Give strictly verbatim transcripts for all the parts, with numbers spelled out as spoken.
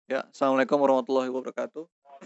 Ya, Assalamualaikum warahmatullahi wabarakatuh.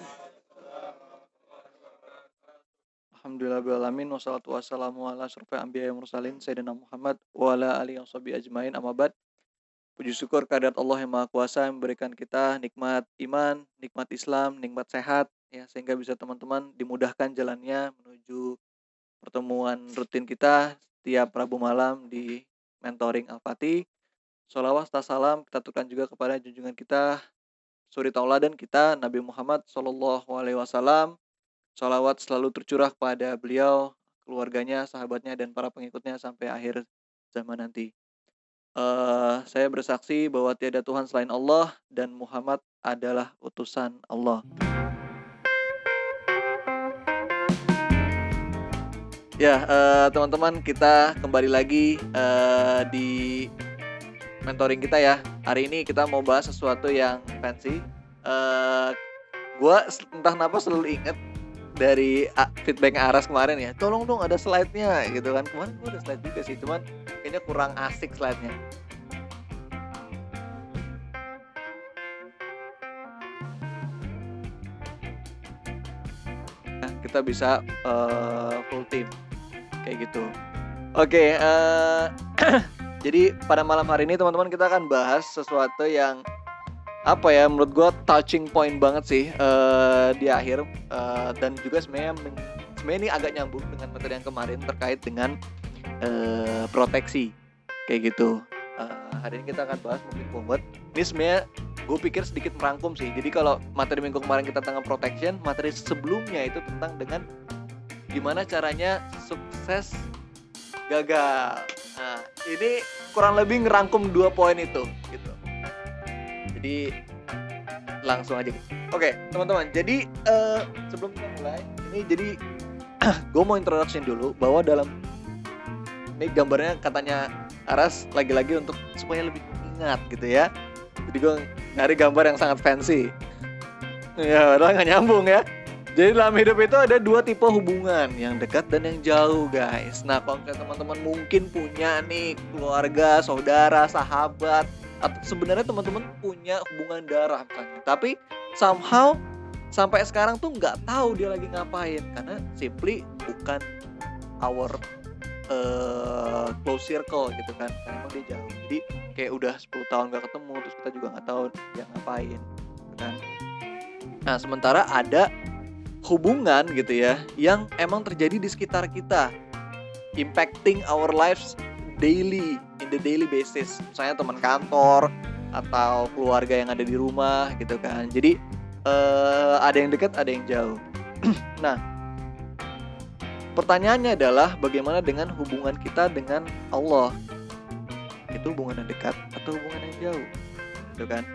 Alhamdulillahirrahmanirrahim. Wassalatu wassalamu ala asyrofil anbiya'i wal mursalin Sayyidina Muhammad wa ala alihi washabihi ajmain, amma ba'd. Puji syukur kehadirat Allah yang Maha Kuasa yang memberikan kita nikmat iman, nikmat Islam, nikmat sehat, ya, sehingga bisa teman-teman dimudahkan jalannya menuju pertemuan rutin kita tiap Rabu malam di Mentoring Al-Fatih. Sholawat serta salam kita aturkan juga kepada junjungan kita, suri tauladan kita, Nabi Muhammad Shallallahu Alaihi Wasallam. Sholawat selalu tercurah kepada beliau, keluarganya, sahabatnya, dan para pengikutnya sampai akhir zaman nanti. Uh, saya bersaksi bahwa tiada Tuhan selain Allah dan Muhammad adalah utusan Allah. Ya, uh, teman-teman, kita kembali lagi uh, di mentoring kita ya. Hari ini kita mau bahas sesuatu yang fancy. Uh, gue entah kenapa selalu inget dari feedback Aras kemarin ya, tolong dong ada slide-nya gitu kan. Kemarin gue ada slide juga sih, cuman kayaknya kurang asik slide-nya. Nah, kita bisa uh, full team kayak gitu. Oke, okay, uh, jadi pada malam hari ini teman-teman kita akan bahas sesuatu yang apa ya, menurut gue touching point banget sih uh, di akhir, uh, dan juga sebenarnya sebenarnya ini agak nyambung dengan materi yang kemarin terkait dengan uh, proteksi kayak gitu. Uh, hari ini kita akan bahas moving forward. Ini sebenarnya gue pikir sedikit merangkum sih. Jadi kalau materi minggu kemarin kita tentang protection, materi sebelumnya itu tentang dengan gimana caranya sukses gagal. Nah, ini kurang lebih ngerangkum dua poin itu gitu. Jadi langsung aja. Oke, teman-teman. Jadi uh, sebelum kita mulai, ini jadi gue mau introduction dulu bahwa dalam ini gambarnya katanya Aras lagi-lagi untuk supaya lebih ingat gitu ya. Jadi gue nyari gambar yang sangat fancy. Ya, padahal nggak nyambung ya. Jadi dalam hidup itu ada dua tipe hubungan, yang dekat dan yang jauh, guys. Nah, kalau teman-teman mungkin punya nih keluarga, saudara, sahabat, atau sebenarnya teman-teman punya hubungan darah misalnya, tapi somehow sampai sekarang tuh nggak tahu dia lagi ngapain karena simply bukan our uh, close circle gitu kan, karena emang dia jauh. Jadi kayak udah sepuluh tahun nggak ketemu, terus kita juga nggak tahu dia ngapain gitu kan. Nah, sementara ada hubungan gitu ya yang emang terjadi di sekitar kita, impacting our lives daily, in the daily basis. Misalnya teman kantor atau keluarga yang ada di rumah gitu kan. Jadi uh, ada yang dekat, ada yang jauh. Nah, pertanyaannya adalah bagaimana dengan hubungan kita dengan Allah? Itu hubungan yang dekat atau hubungan yang jauh? Gitu kan?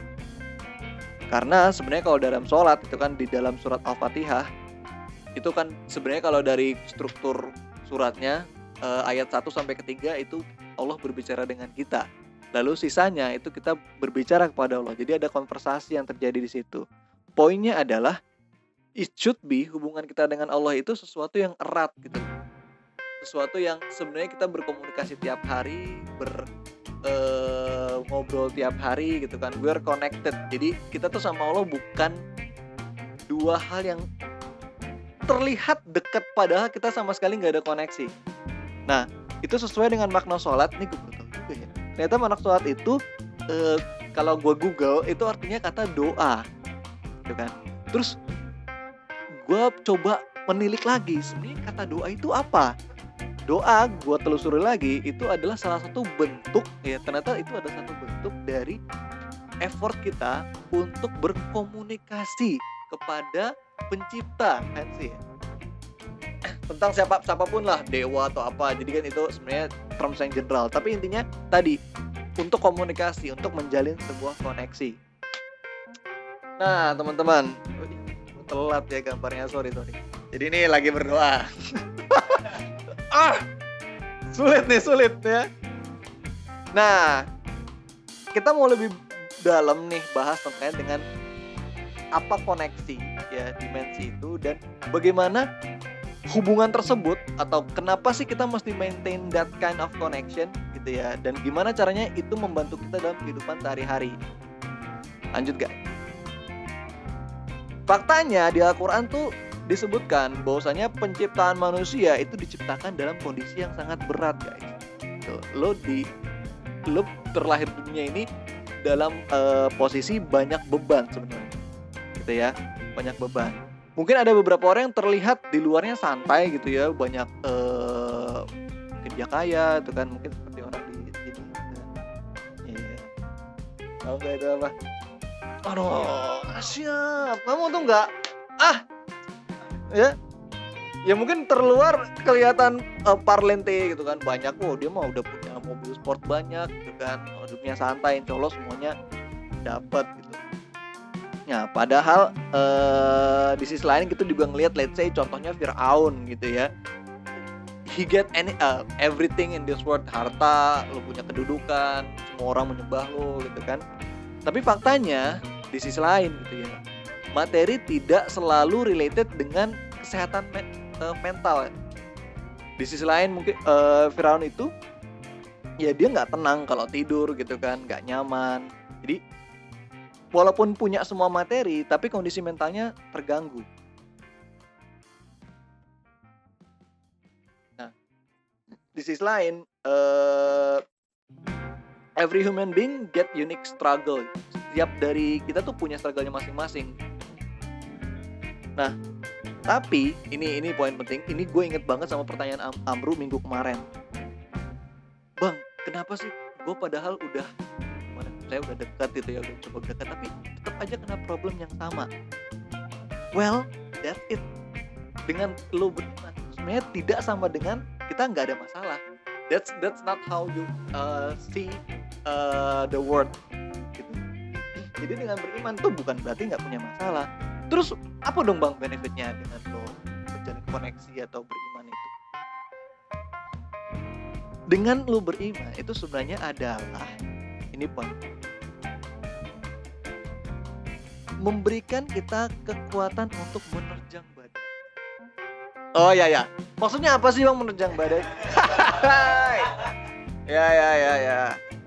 Karena sebenarnya kalau dalam sholat itu kan di dalam surat Al-Fatihah itu kan sebenarnya kalau dari struktur suratnya Uh, ayat satu sampai ketiga itu Allah berbicara dengan kita. Lalu sisanya itu kita berbicara kepada Allah. Jadi ada konversasi yang terjadi di situ. Poinnya adalah it should be hubungan kita dengan Allah itu sesuatu yang erat gitu. Sesuatu yang sebenarnya kita berkomunikasi tiap hari, ber uh, ngobrol tiap hari gitu kan. We're connected. Jadi kita tuh sama Allah bukan dua hal yang terlihat dekat padahal kita sama sekali nggak ada koneksi. Nah, itu sesuai dengan makna sholat. Nih gue baru tahu juga ya. Ternyata makna sholat itu eh, kalau gue Google itu artinya kata doa, gitu kan. Terus gue coba menilik lagi, sebenarnya kata doa itu apa? Doa gue telusuri lagi itu adalah salah satu bentuk ya. Ternyata itu ada satu bentuk dari effort kita untuk berkomunikasi kepada pencipta, kan sih ya? Tentang siapa siapapun lah, dewa atau apa. Jadi kan itu sebenarnya terms yang general. Tapi intinya tadi untuk komunikasi, untuk menjalin sebuah koneksi. Nah, teman-teman, telat ya gambarnya, sorry sorry. Jadi ini lagi berdoa. ah, sulit nih sulit ya. Nah, kita mau lebih dalam nih bahas terkait dengan apa koneksi ya, dimensi itu, dan bagaimana hubungan tersebut, atau kenapa sih kita mesti maintain that kind of connection gitu ya, dan gimana caranya itu membantu kita dalam kehidupan sehari-hari. Lanjut gak? Faktanya di Al-Quran tuh disebutkan bahwasanya penciptaan manusia itu diciptakan dalam kondisi yang sangat berat, guys. Tuh, lo di lo terlahir di dunia ini dalam uh, posisi banyak beban sebenarnya, gitu ya, banyak beban. Mungkin ada beberapa orang yang terlihat di luarnya santai gitu ya, banyak uh, mungkin dia kaya, itu kan mungkin seperti orang di sini. Gitu. Yeah. Tahu nggak itu apa? Aduh, siap. Kamu tuh nggak ah ya ya mungkin terluar kelihatan uh, parlente gitu kan, banyak. Oh, dia mah udah punya mobil sport banyak gitu kan, hidupnya santai, insya Allah semuanya dapat gitu. Ya padahal uh, di sisi lain kita juga ngelihat, let's say contohnya Fir'aun gitu ya, he get any uh, everything in this world, harta, lo punya kedudukan, semua orang menyembah lo gitu kan. Tapi faktanya di sisi lain gitu ya, materi tidak selalu related dengan kesehatan me- uh, mental. Di sisi lain mungkin uh, Firaun itu ya dia nggak tenang kalau tidur gitu kan, nggak nyaman. Jadi walaupun punya semua materi, tapi kondisi mentalnya terganggu. Nah, di sisi lain uh, every human being get unique struggle. Setiap dari kita tuh punya struggle-nya masing-masing. Nah, tapi ini ini poin penting. Ini gue inget banget sama pertanyaan Am- Amru minggu kemarin. Bang, kenapa sih gue padahal udah mana, saya udah dekat gitu ya, udah cukup dekat, tapi tetap aja kena problem yang sama. Well, that's it. Dengan lo beriman, sebenarnya tidak sama dengan kita nggak ada masalah. That's that's not how you uh, see uh, the world. Gitu. Jadi dengan beriman tuh bukan berarti nggak punya masalah. Terus apa dong bang benefitnya dengan lo menjalin koneksi atau beriman itu? Dengan lo beriman itu sebenarnya adalah, ini poin, memberikan kita kekuatan untuk menerjang badai. Oh ya ya, maksudnya apa sih bang menerjang badai? ya ya ya ya.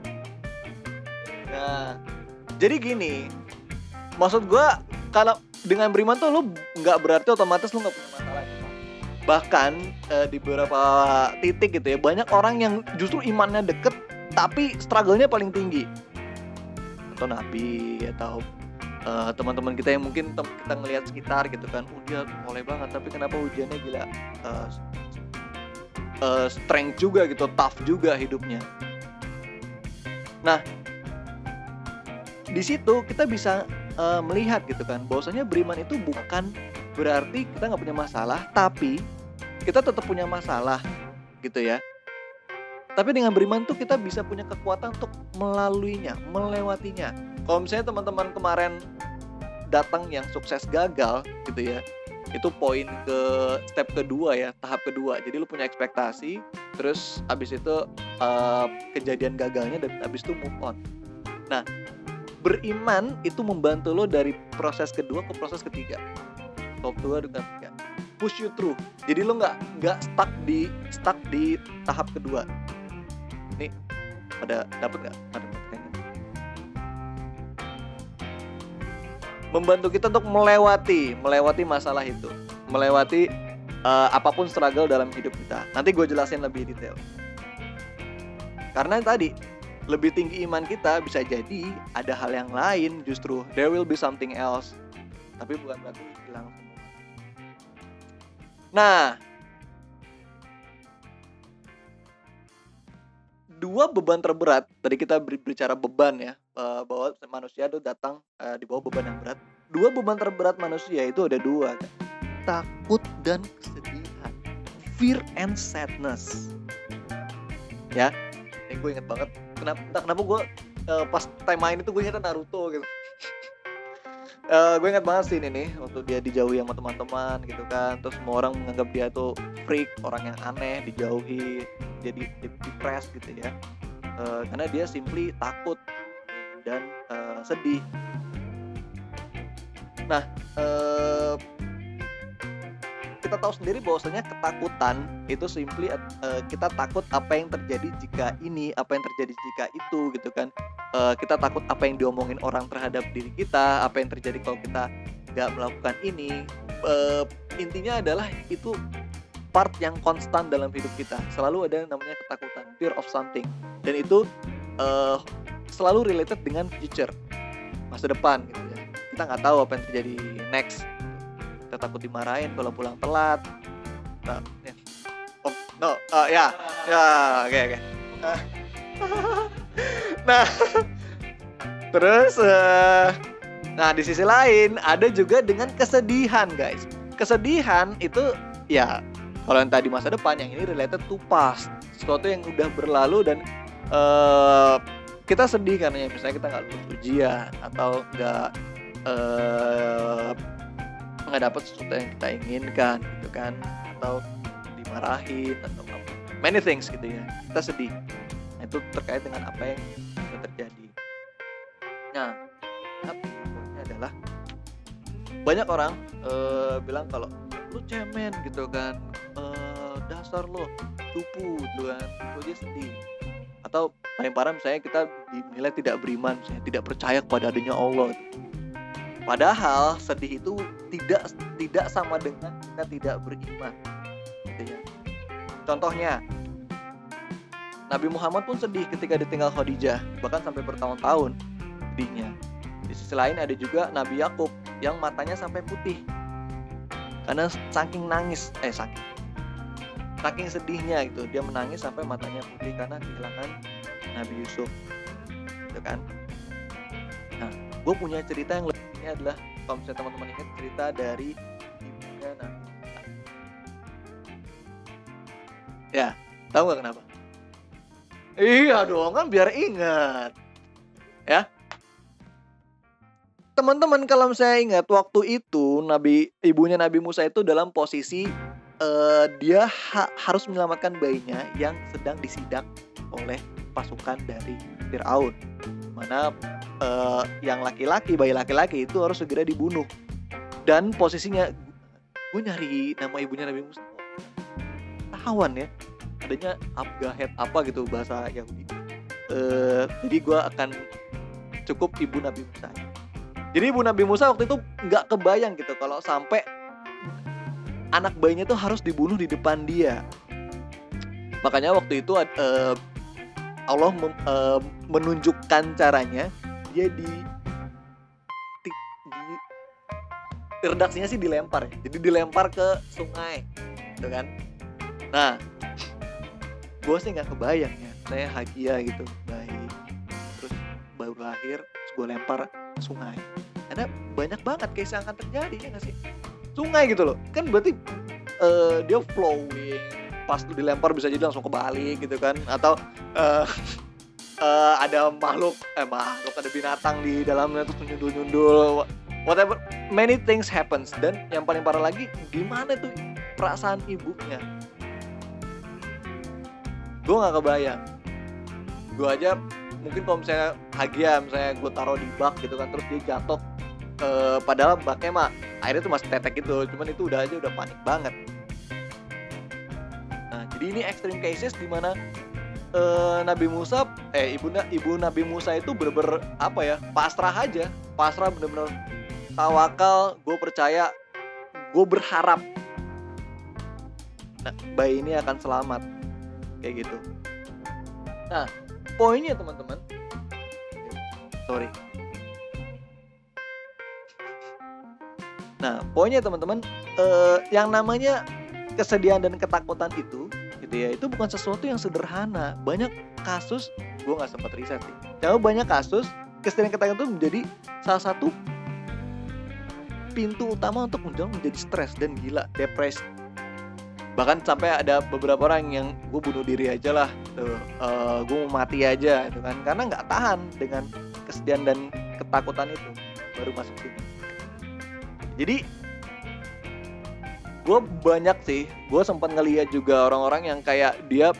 Nah, jadi gini, maksud gue kalau dengan beriman tuh lu nggak berarti otomatis lu nggak punya masalah. Bahkan eh, di beberapa titik gitu ya, banyak orang yang justru imannya deket tapi struggle-nya paling tinggi. Atau nabi atau uh, teman-teman kita yang mungkin tem- kita ngelihat sekitar gitu kan, oh dia soleh banget tapi kenapa ujiannya gila, uh, uh, strength juga gitu, tough juga hidupnya. Nah, di situ kita bisa uh, melihat gitu kan, bahwasanya beriman itu bukan berarti kita nggak punya masalah, tapi kita tetap punya masalah gitu ya. Tapi dengan beriman tuh kita bisa punya kekuatan untuk melaluinya, melewatinya. Kalau misalnya teman-teman kemarin datang yang sukses gagal gitu ya, itu poin ke step kedua ya, tahap kedua. Jadi lu punya ekspektasi, terus abis itu uh, kejadian gagalnya, dan abis itu move on. Nah, beriman itu membantu lo dari proses kedua ke proses ketiga. Tahap kedua dengan ketiga, push you through. Jadi lo nggak nggak stuck di stuck di tahap kedua. Nih, pada dapat nggak? Ada pertanyaan. Membantu kita untuk melewati melewati masalah itu, melewati uh, apapun struggle dalam hidup kita. Nanti gue jelasin lebih detail. Karena tadi lebih tinggi iman kita, bisa jadi ada hal yang lain, justru there will be something else. Tapi bukan berarti hilang semua. Nah, dua beban terberat, tadi kita berbicara beban ya, bahwa manusia itu datang uh, di bawah beban yang berat. Dua beban terberat manusia itu ada dua kan? Takut dan kesedihan, fear and sadness. Ya, ini gue inget banget. Kenapa? Entah kenapa gue uh, pas time main itu gue inget Naruto gitu. Uh, gue inget banget sih ini nih, waktu dia dijauhi sama teman-teman gitu kan, terus semua orang menganggap dia tuh freak, orang yang aneh, dijauhi, jadi depressed gitu ya, uh, karena dia simply takut dan uh, sedih. Nah, uh, kita tahu sendiri bahwasanya ketakutan itu simply uh, kita takut apa yang terjadi jika ini, apa yang terjadi jika itu gitu kan. Uh, kita takut apa yang diomongin orang terhadap diri kita, apa yang terjadi kalau kita nggak melakukan ini, uh, intinya adalah itu part yang konstan dalam hidup kita. Selalu ada yang namanya ketakutan, fear of something, dan itu uh, selalu related dengan future, masa depan gitu ya. Kita nggak tahu apa yang terjadi next. Kita takut dimarahin kalau pulang telat. Nah, ya. Oh, no, uh, ya, ya, oke, okay, oke. Okay. Nah, terus, uh, nah di sisi lain ada juga dengan kesedihan, guys. Kesedihan itu, ya, kalau yang tadi masa depan, yang ini related to past, sesuatu yang udah berlalu dan uh, kita sedih karena ya, misalnya kita nggak lulus ujian atau nggak uh, nggak dapat sesuatu yang kita inginkan, gitu kan, atau dimarahin atau apa, many things gitu ya, kita sedih. Nah, itu terkait dengan apa yang sudah terjadi. Nah, tapi poinnya adalah banyak orang uh, bilang kalau lu cemen gitu kan, uh, dasar lo cupu gitu kan, lu aja sedih. Atau paling parah misalnya kita dinilai tidak beriman, misalnya tidak percaya kepada adanya Allah gitu. Padahal sedih itu tidak tidak sama dengan kita tidak beriman gitu ya. Contohnya, Nabi Muhammad pun sedih ketika ditinggal Khadijah, bahkan sampai bertahun-tahun sedihnya. Di sisi lain ada juga Nabi Yakub yang matanya sampai putih karena saking nangis, eh saking saking sedihnya gitu, dia menangis sampai matanya putih karena kehilangan Nabi Yusuf, gitu kan. Nah, gue punya cerita yang lebih, ini adalah kalau misalnya teman-teman ingat cerita dari ibunya Nabi Musa. Ya, tahu nggak kenapa? Iya dong, kan biar ingat, ya. Teman-teman kalau saya ingat waktu itu Nabi ibunya Nabi Musa itu dalam posisi uh, dia ha- harus menyelamatkan bayinya yang sedang disidak oleh pasukan dari Firaun. Mana uh, yang laki-laki, bayi laki-laki itu harus segera dibunuh. Dan posisinya gue nyari nama ibunya Nabi Musa, tahuan ya, adanya Abgahet apa gitu bahasa Yahudi. Uh, jadi gue akan cukup ibu Nabi Musa. Jadi ibu Nabi Musa waktu itu nggak kebayang gitu kalau sampai anak bayinya tuh harus dibunuh di depan dia. Makanya waktu itu uh, Allah mem, uh, menunjukkan caranya, dia di, di, di redaksinya sih dilempar ya. Jadi dilempar ke sungai, gitu kan. Nah, gue sih nggak kebayang ya, saya Hagia gitu, bayi, terus baru lahir, terus gue lempar ke sungai. Karena banyak banget case yang akan terjadi, ya nggak sih? Sungai gitu loh, kan berarti uh, dia flowing, pas dilempar bisa jadi langsung kebalik gitu kan, atau uh, uh, ada makhluk, eh makhluk ada binatang di dalamnya terus nyundul-nyundul, whatever, many things happens. Dan yang paling parah lagi, gimana tuh perasaan ibunya? Gue nggak kebayang. Gue aja mungkin kalau misalnya Hagia, misalnya gue taruh di bak gitu kan, terus dia jatuh, uh, padahal baknya mah airnya tuh masih tetek gitu, cuman itu udah aja udah panik banget. Nah, jadi ini extreme cases di mana uh, Nabi Musa, eh ibu ibu Nabi Musa itu bener-bener apa ya, pasrah aja, pasrah bener-bener tawakal, gue percaya, gue berharap, nah, bayi ini akan selamat, kayak gitu. Nah, poinnya teman-teman, sorry. Nah, poinnya teman-teman, uh, yang namanya kesedihan dan ketakutan itu, gitu ya, itu bukan sesuatu yang sederhana. Banyak kasus, gue nggak sempat riset sih. Tapi banyak kasus kesedihan ketakutan itu menjadi salah satu pintu utama untuk menjauh menjadi stres dan gila, depresi. Bahkan sampai ada beberapa orang yang gue bunuh diri aja lah, gitu. uh, gue mau mati aja, gitu kan, karena nggak tahan dengan kesedihan dan ketakutan itu, baru masuk sini. Jadi gue banyak sih, gue sempat ngeliat juga orang-orang yang kayak dia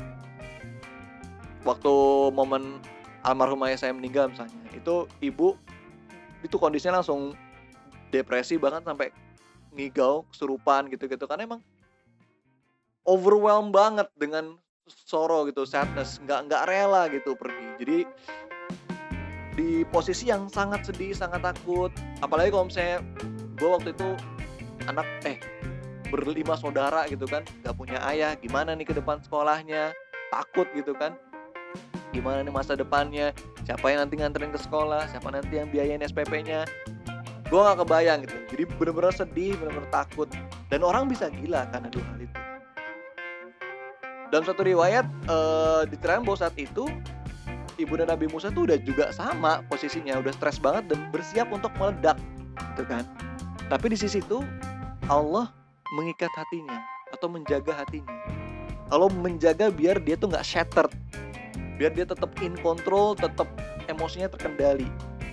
waktu momen almarhum ayah saya meninggal misalnya, itu ibu itu kondisinya langsung depresi, bahkan sampai ngigau, kesurupan gitu-gitu, karena emang overwhelmed banget dengan sorrow gitu, sadness, nggak nggak rela gitu pergi. Jadi di posisi yang sangat sedih, sangat takut, apalagi kalau misalnya gue waktu itu anak eh berlima saudara gitu kan, gak punya ayah, gimana nih ke depan sekolahnya, takut gitu kan, gimana nih masa depannya, siapa yang nanti nganterin ke sekolah, siapa nanti yang biayain S P P-nya. Gue gak kebayang gitu, jadi bener-bener sedih, bener-bener takut. Dan orang bisa gila karena dua hal itu. Dalam satu riwayat uh, diterangkan bahwa saat itu ibunda Nabi Musa tuh udah juga sama posisinya, udah stres banget dan bersiap untuk meledak gitu kan. Tapi di sisi itu Allah mengikat hatinya atau menjaga hatinya. Allah menjaga biar dia tuh gak shattered, biar dia tetap in control, tetap emosinya terkendali.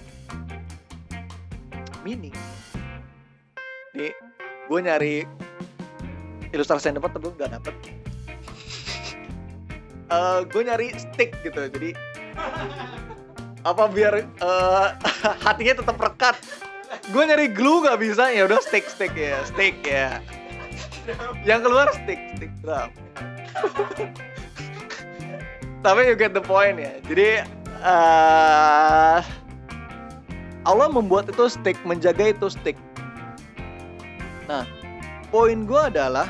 Meaning nih, gue nyari ilustrasi yang dapat tapi gak dapet. uh, Gue nyari stick gitu, jadi apa biar uh, hatinya tetap rekat. Gue nyari glue gak bisa, ya udah stick stick ya stick ya. Yang keluar stick stick drum. Tapi you get the point ya. Jadi uh, Allah membuat itu stick, menjaga itu stick. Nah, poin gue adalah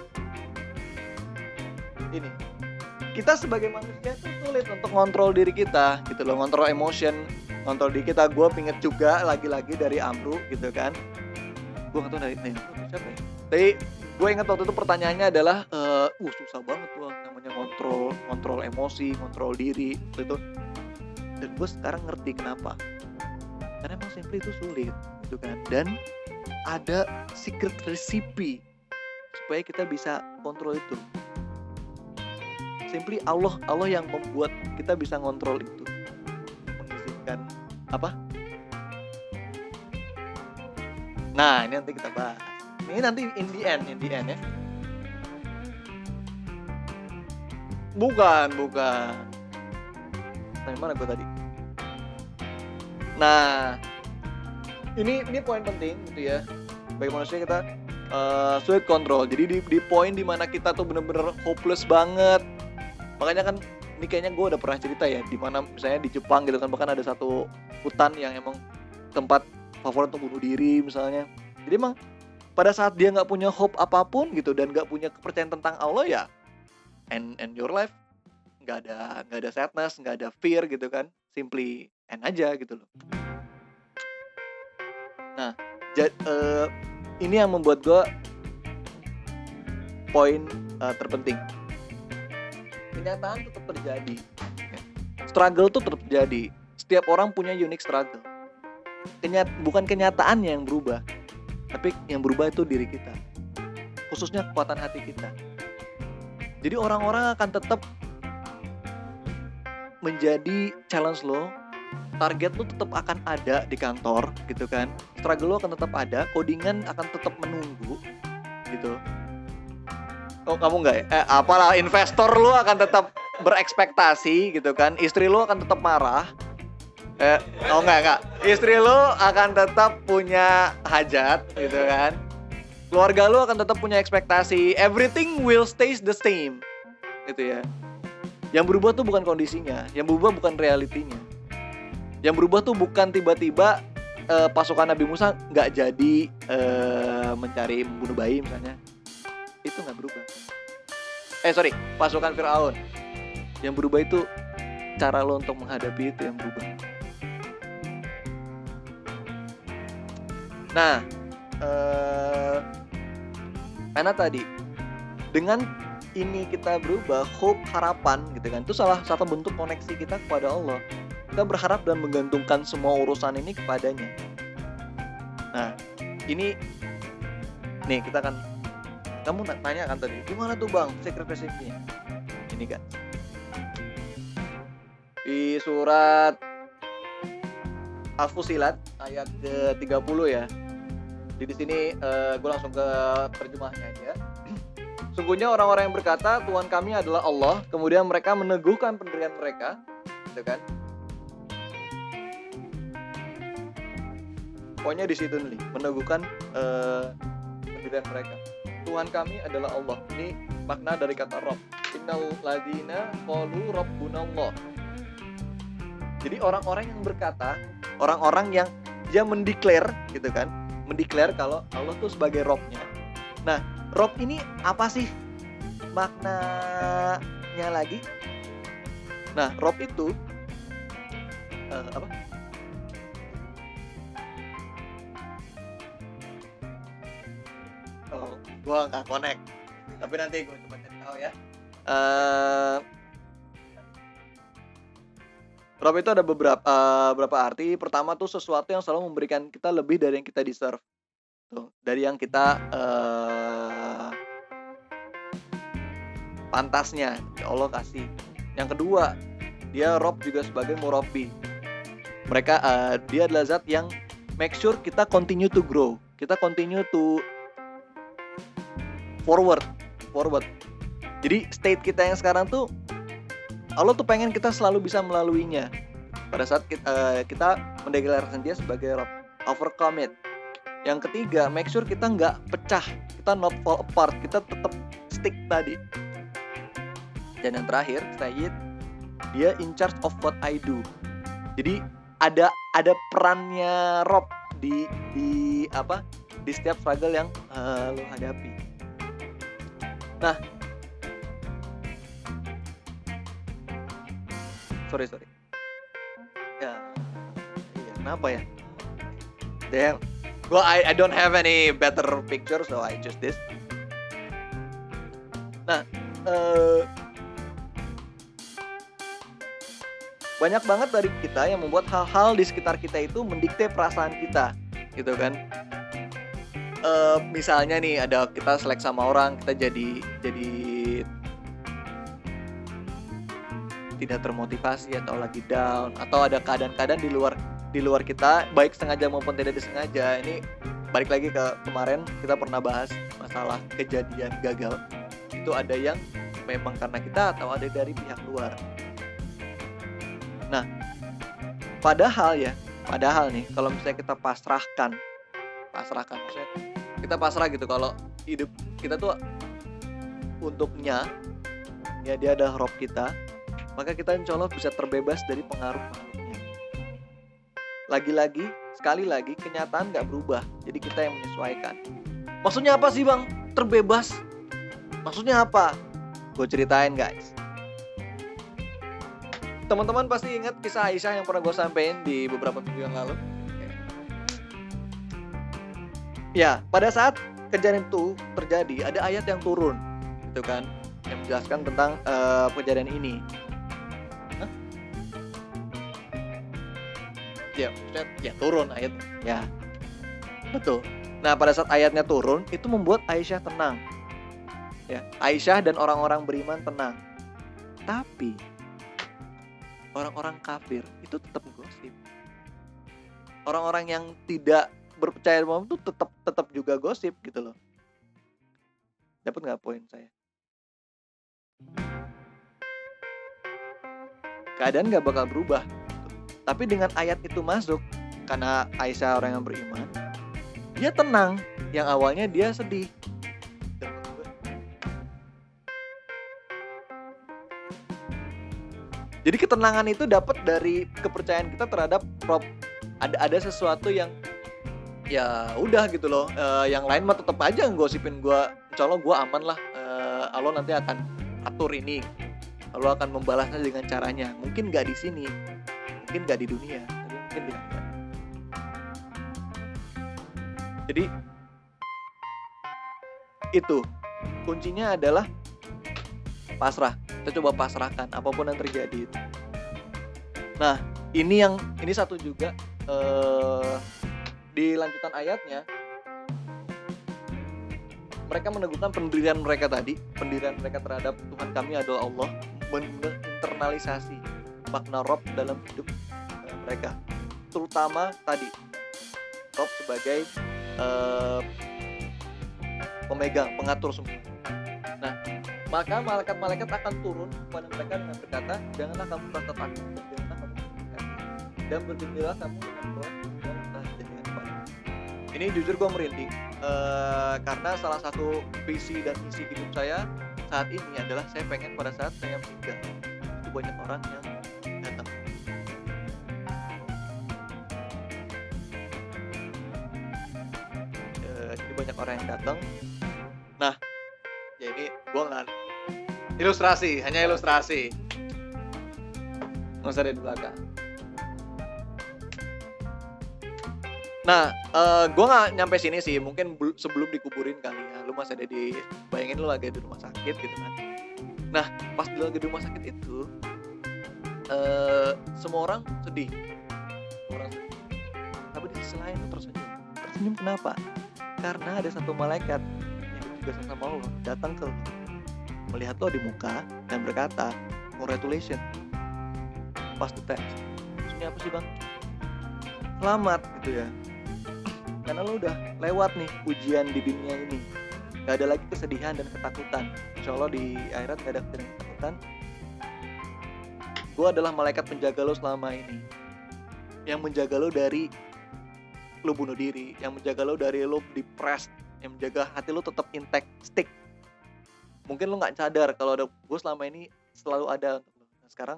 ini. Kita sebagai manusia tuh sulit untuk ngontrol diri kita gitu loh, ngontrol emotion, ngontrol diri kita. Gue pinget juga lagi-lagi dari Amru gitu kan. Gue gak tau dari nih, siapa ya? Tapi gue ingat waktu itu pertanyaannya adalah uh, uh susah banget tuh namanya ngontrol, ngontrol emosi, ngontrol diri gitu. Dan gue sekarang ngerti kenapa. Karena emang simply itu sulit gitu kan. Dan ada secret recipe supaya kita bisa kontrol itu. Simply Allah Allah yang membuat kita bisa ngontrol itu. Mengizinkan apa? Nah, ini nanti kita bahas. Ini nanti in the end, in the end ya. Bukan, bukan. Nah, mana gue tadi? Nah, ini ini poin penting gitu ya. Bagi manusia kita uh, sulit kontrol. Jadi di, di poin dimana kita tuh bener-bener hopeless banget. Makanya kan ini kayaknya gue udah pernah cerita ya, dimana misalnya di Jepang gitu kan, bahkan ada satu hutan yang emang tempat favorit untuk bunuh diri misalnya. Jadi emang pada saat dia nggak punya hope apapun gitu dan nggak punya kepercayaan tentang Allah ya, and and your life nggak ada nggak ada sadness, nggak ada fear gitu kan, simply end aja gitu loh. Nah, jad, uh, ini yang membuat gue poin uh, terpenting. Kenyataan tetap terjadi, struggle tuh tetap terjadi. Setiap orang punya unique struggle. Kenyat, bukan kenyataannya yang berubah, tapi yang berubah itu diri kita, khususnya kekuatan hati kita. Jadi orang-orang akan tetap menjadi challenge lo, target lo tetap akan ada di kantor gitu kan, struggle lo akan tetap ada, codingan akan tetap menunggu gitu. Oh kamu nggak ya? Eh, apalah, investor lo akan tetap berekspektasi gitu kan, istri lo akan tetap marah. Eh, oh enggak enggak, istri lo akan tetap punya hajat gitu kan, keluarga lo akan tetap punya ekspektasi, everything will stays the same gitu ya. Yang berubah tuh bukan kondisinya, yang berubah bukan realitinya. Yang berubah tuh bukan tiba-tiba eh, pasukan Nabi Musa nggak jadi eh, mencari membunuh bayi misalnya, itu nggak berubah. Eh sorry, pasukan Firaun. Yang berubah itu cara lo untuk menghadapi itu yang berubah. Nah, eh, karena tadi dengan ini kita berubah, hope, harapan gitu kan, itu salah satu bentuk koneksi kita kepada Allah. Kita berharap dan menggantungkan semua urusan ini kepadanya. Nah, ini nih kita kan, kamu nanya kan tadi, gimana tuh bang secret recipe-nya? Ini kan di surat Al-Fusilat ayat ke tiga puluh ya. Di sini uh, gue langsung ke terjemahnya aja. Sungguhnya orang-orang yang berkata Tuhan kami adalah Allah, kemudian mereka meneguhkan pendirian mereka, gitu kan? Pokoknya di situ nih, meneguhkan uh, pendirian mereka. Tuhan kami adalah Allah. Ini makna dari kata Rabb. Innal ladzina qalu rabbunallah. Jadi orang-orang yang berkata, orang-orang yang dia mendeklar gitu kan, mendeklar kalau Allah tuh sebagai Robnya. Nah, Rob ini apa sih maknanya lagi? Nah, Rob itu uh, apa? Oh, gua nggak connect. Tapi nanti gue coba cari tahu ya. Uh, Rob itu ada beberapa uh, beberapa arti. Pertama tuh sesuatu yang selalu memberikan kita lebih dari yang kita deserve. Tuh, dari yang kita uh, pantasnya ya Allah kasih. Yang kedua, dia Rob juga sebagai murabi. Mereka uh, dia adalah zat yang make sure kita continue to grow. Kita continue to forward, forward. Jadi state kita yang sekarang tuh Allah tuh pengen kita selalu bisa melaluinya. Pada saat kita, uh, kita mendeklarasikan dia sebagai Rob, overcome it. Yang ketiga, make sure kita nggak pecah, kita not fall apart, kita tetap stick tadi. Dan yang terakhir, Sayyid, dia in charge of what I do. Jadi ada ada perannya Rob di di apa? Di setiap struggle yang uh, lo hadapi. Nah, sorry sorry. Ya, iya, kenapa ya? Damn. Well, I I don't have any better picture, so I choose this. Nah, uh, banyak banget dari kita yang membuat hal-hal di sekitar kita itu mendikte perasaan kita, gitu kan? Uh, misalnya nih, ada kita selek sama orang, kita jadi jadi tidak termotivasi atau lagi down, atau ada keadaan-keadaan di luar di luar kita, baik sengaja maupun tidak disengaja. Ini balik lagi ke kemarin kita pernah bahas masalah kejadian gagal. Itu ada yang memang karena kita atau ada dari pihak luar. Nah, padahal ya, padahal nih kalau misalnya kita pasrahkan, pasrahkan maksudnya kita pasrah gitu kalau hidup kita tuh untuknya, ya dia ada Rob kita, maka kita insya Allah bisa terbebas dari pengaruh-pengaruhnya. Lagi-lagi, sekali lagi, kenyataan gak berubah. Jadi kita yang menyesuaikan. Maksudnya apa sih bang? Terbebas? Maksudnya apa? Gue ceritain guys. Teman-teman pasti ingat kisah Aisyah yang pernah gue sampein di beberapa minggu yang lalu. Ya, pada saat kejadian itu terjadi, ada ayat yang turun, gitu kan, yang menjelaskan tentang uh, kejadian ini. Hah? Ya, ya turun ayat, ya, betul. Nah, pada saat ayatnya turun, itu membuat Aisyah tenang. Ya, Aisyah dan orang-orang beriman tenang. Tapi orang-orang kafir itu tetap gosip. Orang-orang yang tidak berpercaya sama itu tetap tetap juga gosip gitu loh. Dapat nggak poin saya? Keadaan nggak bakal berubah. Tapi dengan ayat itu masuk, karena Aisyah orang yang beriman, dia tenang. Yang awalnya dia sedih. Jadi ketenangan itu dapat dari kepercayaan kita terhadap Rob. Ada ada sesuatu yang ya udah gitu loh. Uh, yang lain mah tetap aja ngosipin gue. Insya Allah gue aman lah. Uh, Allah nanti akan atur ini. Allah akan membalasnya dengan caranya. Mungkin nggak di sini, mungkin nggak di dunia, tapi mungkin di akhirat. Jadi itu kuncinya adalah pasrah. Kita coba pasrahkan apapun yang terjadi itu. Nah, ini yang ini satu juga uh, di lanjutan ayatnya mereka meneguhkan pendirian mereka tadi, pendirian mereka terhadap Tuhan kami adalah Allah, menginternalisasi makna Rob dalam hidup uh, mereka. Terutama tadi Rob sebagai uh, pemegang, pengatur semua. Nah, maka malaikat-malaikat akan turun kepada mereka dengan berkata, janganlah kamu merasa takut, janganlah kamu berkata, dan bergembiralah kamu dengan Tuhan dan telah dijadikan kepala. Ini jujur gue merinding, uh, karena salah satu visi dan misi hidup saya saat ini adalah saya pengen pada saat saya meninggal itu banyak orang yang datang. banyak orang yang datang. Nah, ya ini gue nggak ilustrasi, hanya ilustrasi. Nggak usah ada di belakang. Nah, uh, gue nggak nyampe sini sih. Mungkin bel- sebelum dikuburin kali ya. Lu masih ada di, bayangin lu lagi di rumah sakit gitu kan. Nah, pas di lagi di rumah sakit itu, uh, semua orang sedih. Semua orang sedih. Tapi di sisi lain lu tersenyum. Tersenyum kenapa? Karena ada satu malaikat yang juga sama Allah datang ke lu, melihat lo di muka dan berkata, congratulations, pas the test. Maksudnya apa sih bang? Selamat gitu ya. Karena lo udah lewat nih ujian di dunia ini. Gak ada lagi kesedihan dan ketakutan. Insya Allah di akhirat gak ada kesedihan dan ketakutan. Gue adalah malaikat penjaga lo selama ini, yang menjaga lo dari lo bunuh diri, yang menjaga lo dari lo depressed, yang menjaga hati lo tetap intact, stick. Mungkin lo gak sadar kalau ada gue selama ini selalu ada untuk lo. Nah sekarang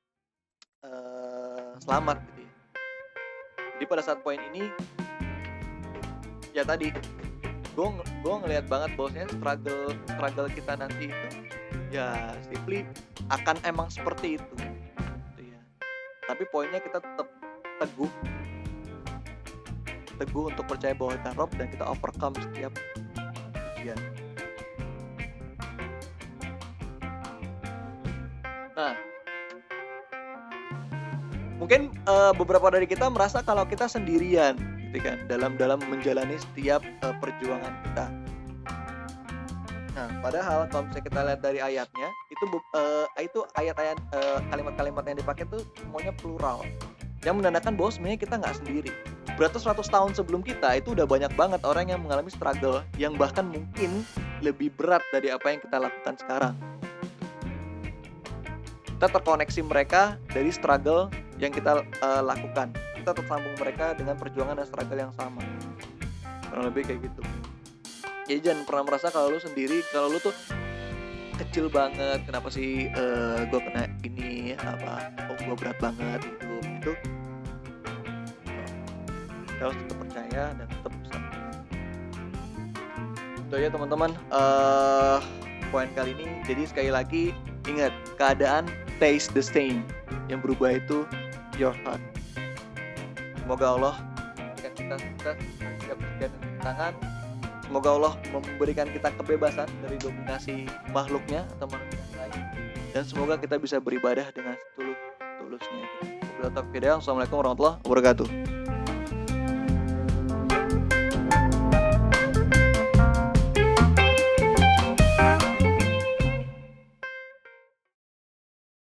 uh, selamat gitu ya. Jadi pada saat poin ini, ya tadi gue gue ngelihat banget bahwasanya struggle struggle kita nanti itu ya simply akan emang seperti itu, gitu ya. Tapi poinnya kita tetap teguh teguh untuk percaya bahwa kita Rob dan kita overcome setiap ujian. Nah, mungkin uh, beberapa dari kita merasa kalau kita sendirian gitu kan dalam dalam menjalani setiap uh, perjuangan kita. Nah, padahal kalau misalnya kita lihat dari ayatnya itu uh, itu ayat-ayat uh, kalimat-kalimat yang dipakai itu semuanya plural, yang menandakan bahwa sebenarnya kita nggak sendiri. Beratus-ratus tahun sebelum kita itu udah banyak banget orang yang mengalami struggle yang bahkan mungkin lebih berat dari apa yang kita lakukan sekarang. Kita terkoneksi mereka dari struggle yang kita uh, lakukan. Kita tersambung mereka dengan perjuangan dan struggle yang sama. Kurang lebih kayak gitu. Jadi jangan pernah merasa kalau lu sendiri, kalau lu tuh kecil banget, kenapa sih uh, gue kena ini, apa, oh gue berat banget gitu. Itu kita harus tetap percaya dan tetap bisa. Itu aja teman-teman uh, poin kali ini. Jadi sekali lagi ingat, keadaan stays the same. Yang berubah itu your heart. Semoga Allah memberikan kita sukses setiap pekerjaan dan tangan. Semoga Allah memberikan kita kebebasan dari dominasi makhluknya atau manusia yang lain. Dan semoga kita bisa beribadah dengan setulus-tulusnya. Wabillahi taufiq. Assalamualaikum warahmatullahi wabarakatuh.